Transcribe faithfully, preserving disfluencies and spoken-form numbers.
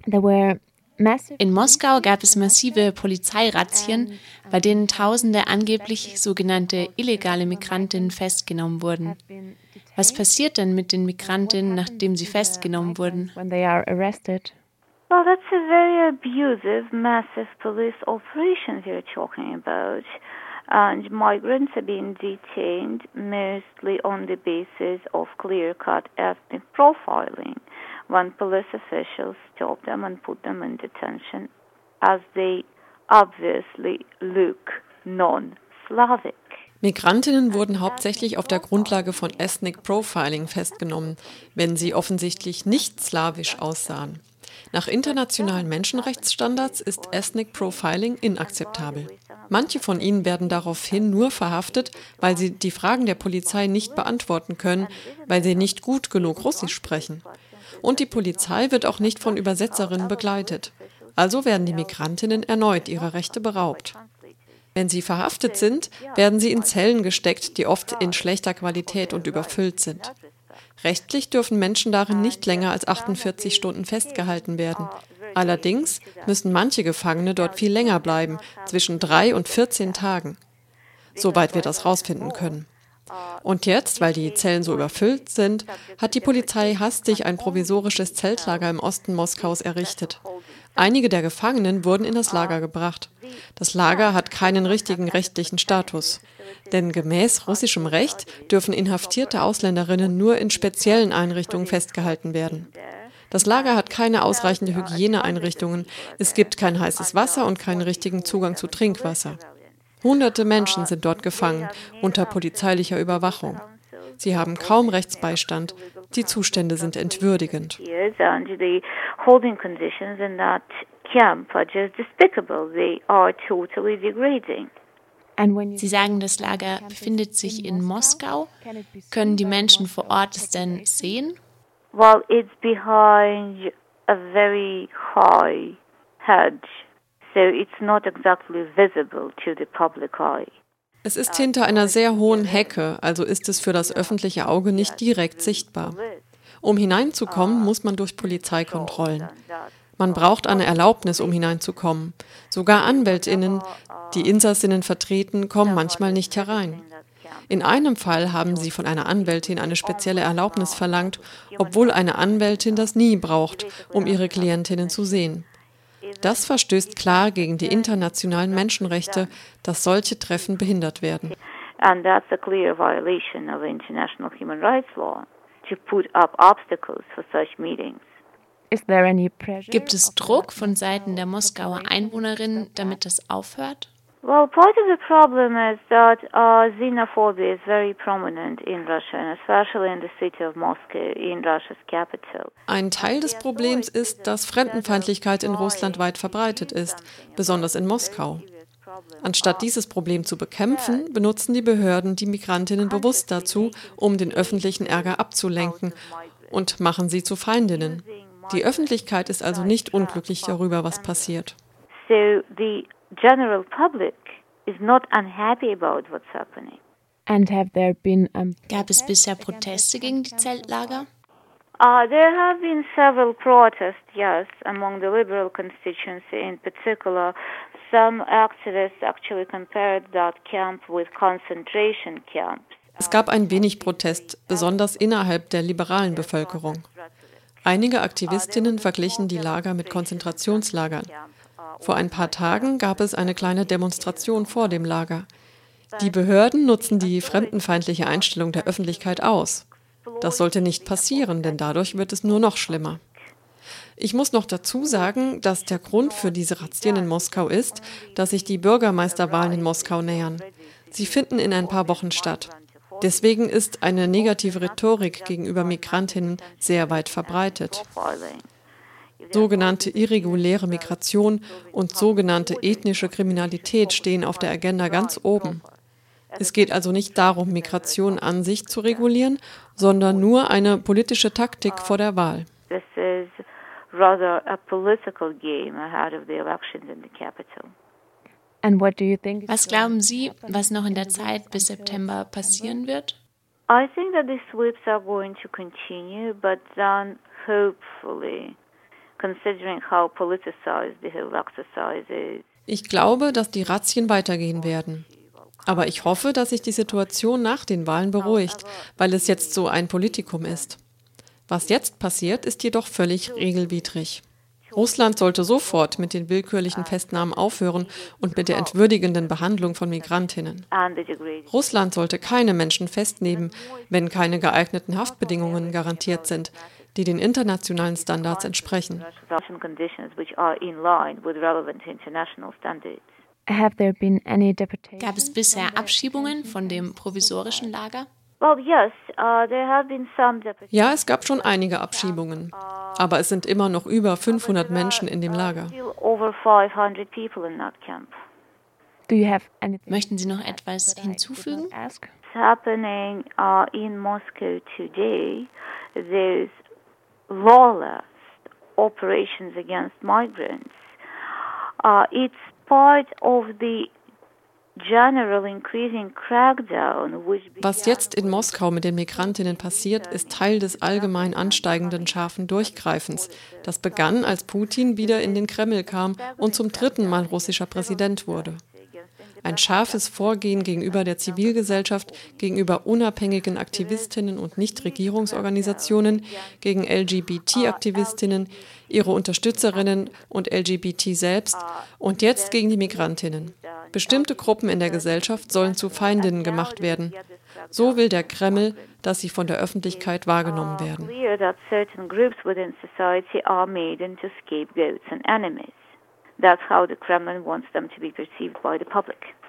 In Moskau gab es massive Polizeirazzien, bei denen Tausende angeblich sogenannte illegale Migrantinnen festgenommen wurden. Was passiert denn mit den Migrantinnen, nachdem sie festgenommen wurden? Well, that's a very abusive, massive police operation we're talking about. And migrants are being detained mostly on the basis of clear-cut ethnic profiling, when police officials stop them and put them in detention as they obviously look non-Slavic. Migrantinnen wurden hauptsächlich auf der Grundlage von Ethnic Profiling festgenommen, wenn sie offensichtlich nicht slawisch aussahen. Nach internationalen Menschenrechtsstandards ist Ethnic Profiling inakzeptabel. Manche von ihnen werden daraufhin nur verhaftet, weil sie die Fragen der Polizei nicht beantworten können, weil sie nicht gut genug Russisch sprechen. Und die Polizei wird auch nicht von Übersetzerinnen begleitet. Also werden die Migrantinnen erneut ihrer Rechte beraubt. Wenn sie verhaftet sind, werden sie in Zellen gesteckt, die oft in schlechter Qualität und überfüllt sind. Rechtlich dürfen Menschen darin nicht länger als achtundvierzig Stunden festgehalten werden. Allerdings müssen manche Gefangene dort viel länger bleiben, zwischen drei und vierzehn Tagen. Soweit wir das rausfinden können. Und jetzt, weil die Zellen so überfüllt sind, hat die Polizei hastig ein provisorisches Zeltlager im Osten Moskaus errichtet. Einige der Gefangenen wurden in das Lager gebracht. Das Lager hat keinen richtigen rechtlichen Status. Denn gemäß russischem Recht dürfen inhaftierte Ausländerinnen nur in speziellen Einrichtungen festgehalten werden. Das Lager hat keine ausreichende Hygieneeinrichtungen, es gibt kein heißes Wasser und keinen richtigen Zugang zu Trinkwasser. Hunderte Menschen sind dort gefangen, unter polizeilicher Überwachung. Sie haben kaum Rechtsbeistand, die Zustände sind entwürdigend. Sie sagen, das Lager befindet sich in Moskau. Können die Menschen vor Ort es denn sehen? Well, it's behind a very high hedge, so it's not exactly visible to the public eye. Es ist hinter einer sehr hohen Hecke, also ist es für das öffentliche Auge nicht direkt sichtbar. Um hineinzukommen, muss man durch Polizeikontrollen. Man braucht eine Erlaubnis, um hineinzukommen. Sogar AnwältInnen, die Insassinnen vertreten, kommen manchmal nicht herein. In einem Fall haben sie von einer Anwältin eine spezielle Erlaubnis verlangt, obwohl eine Anwältin das nie braucht, um ihre Klientinnen zu sehen. Das verstößt klar gegen die internationalen Menschenrechte, dass solche Treffen behindert werden. And that's a clear violation of international human rights law to put up obstacles for such meetings. Gibt es Druck von Seiten der Moskauer Einwohnerinnen, damit das aufhört? Well, part of the problem is that uh, xenophobia is very prominent in Russia, and especially in the city of Moscow, in Russia's capital. Ein Teil des Problems ist, dass Fremdenfeindlichkeit in Russland weit verbreitet ist, besonders in Moskau. Anstatt dieses Problem zu bekämpfen, benutzen die Behörden die Migrantinnen bewusst dazu, um den öffentlichen Ärger abzulenken, und machen sie zu Feindinnen. Die Öffentlichkeit ist also nicht unglücklich darüber, was passiert. So the general public is not unhappy about what's happening. And have there been, um, Gab es bisher Proteste gegen die Zeltlager? Uh, there have been several protests, yes, among the liberal constituency in particular. Some activists actually compared that camp with concentration camps. Es gab ein wenig Protest, besonders innerhalb der liberalen Bevölkerung. Einige Aktivistinnen verglichen die Lager mit Konzentrationslagern. Vor ein paar Tagen gab es eine kleine Demonstration vor dem Lager. Die Behörden nutzen die fremdenfeindliche Einstellung der Öffentlichkeit aus. Das sollte nicht passieren, denn dadurch wird es nur noch schlimmer. Ich muss noch dazu sagen, dass der Grund für diese Razzien in Moskau ist, dass sich die Bürgermeisterwahlen in Moskau nähern. Sie finden in ein paar Wochen statt. Deswegen ist eine negative Rhetorik gegenüber Migrantinnen sehr weit verbreitet. Sogenannte irreguläre Migration und sogenannte ethnische Kriminalität stehen auf der Agenda ganz oben. Es geht also nicht darum, Migration an sich zu regulieren, sondern nur eine politische Taktik vor der Wahl. This is rather a political game ahead of the elections in the capital. Was glauben Sie, was noch in der Zeit bis September passieren wird? I think that the sweeps are going to continue, but then hopefully considering how politicized the whole exercise is. Ich glaube, dass die Razzien weitergehen werden. Aber ich hoffe, dass sich die Situation nach den Wahlen beruhigt, weil es jetzt so ein Politikum ist. Was jetzt passiert, ist jedoch völlig regelwidrig. Russland sollte sofort mit den willkürlichen Festnahmen aufhören und mit der entwürdigenden Behandlung von Migrantinnen. Russland sollte keine Menschen festnehmen, wenn keine geeigneten Haftbedingungen garantiert sind, die den internationalen Standards entsprechen. Gab es bisher Abschiebungen von dem provisorischen Lager? Ja, es gab schon einige Abschiebungen, aber es sind immer noch über fünfhundert Menschen in dem Lager. Möchten Sie noch etwas hinzufügen? Happening uh, in Moscow today, there's lawless operations against migrants. Uh, it's part of the general increasing crackdown, which Was jetzt in Moskau mit den Migrantinnen passiert, ist Teil des allgemein ansteigenden scharfen Durchgreifens. Das begann, als Putin wieder in den Kreml kam und zum dritten Mal russischer Präsident wurde. Ein scharfes Vorgehen gegenüber der Zivilgesellschaft, gegenüber unabhängigen Aktivistinnen und Nichtregierungsorganisationen, gegen L G B T-Aktivistinnen, ihre Unterstützerinnen und L G B T selbst und jetzt gegen die Migrantinnen. Bestimmte Gruppen in der Gesellschaft sollen zu Feindinnen gemacht werden. So will der Kreml, dass sie von der Öffentlichkeit wahrgenommen werden. That's how the Kremlin wants them to be perceived by the public.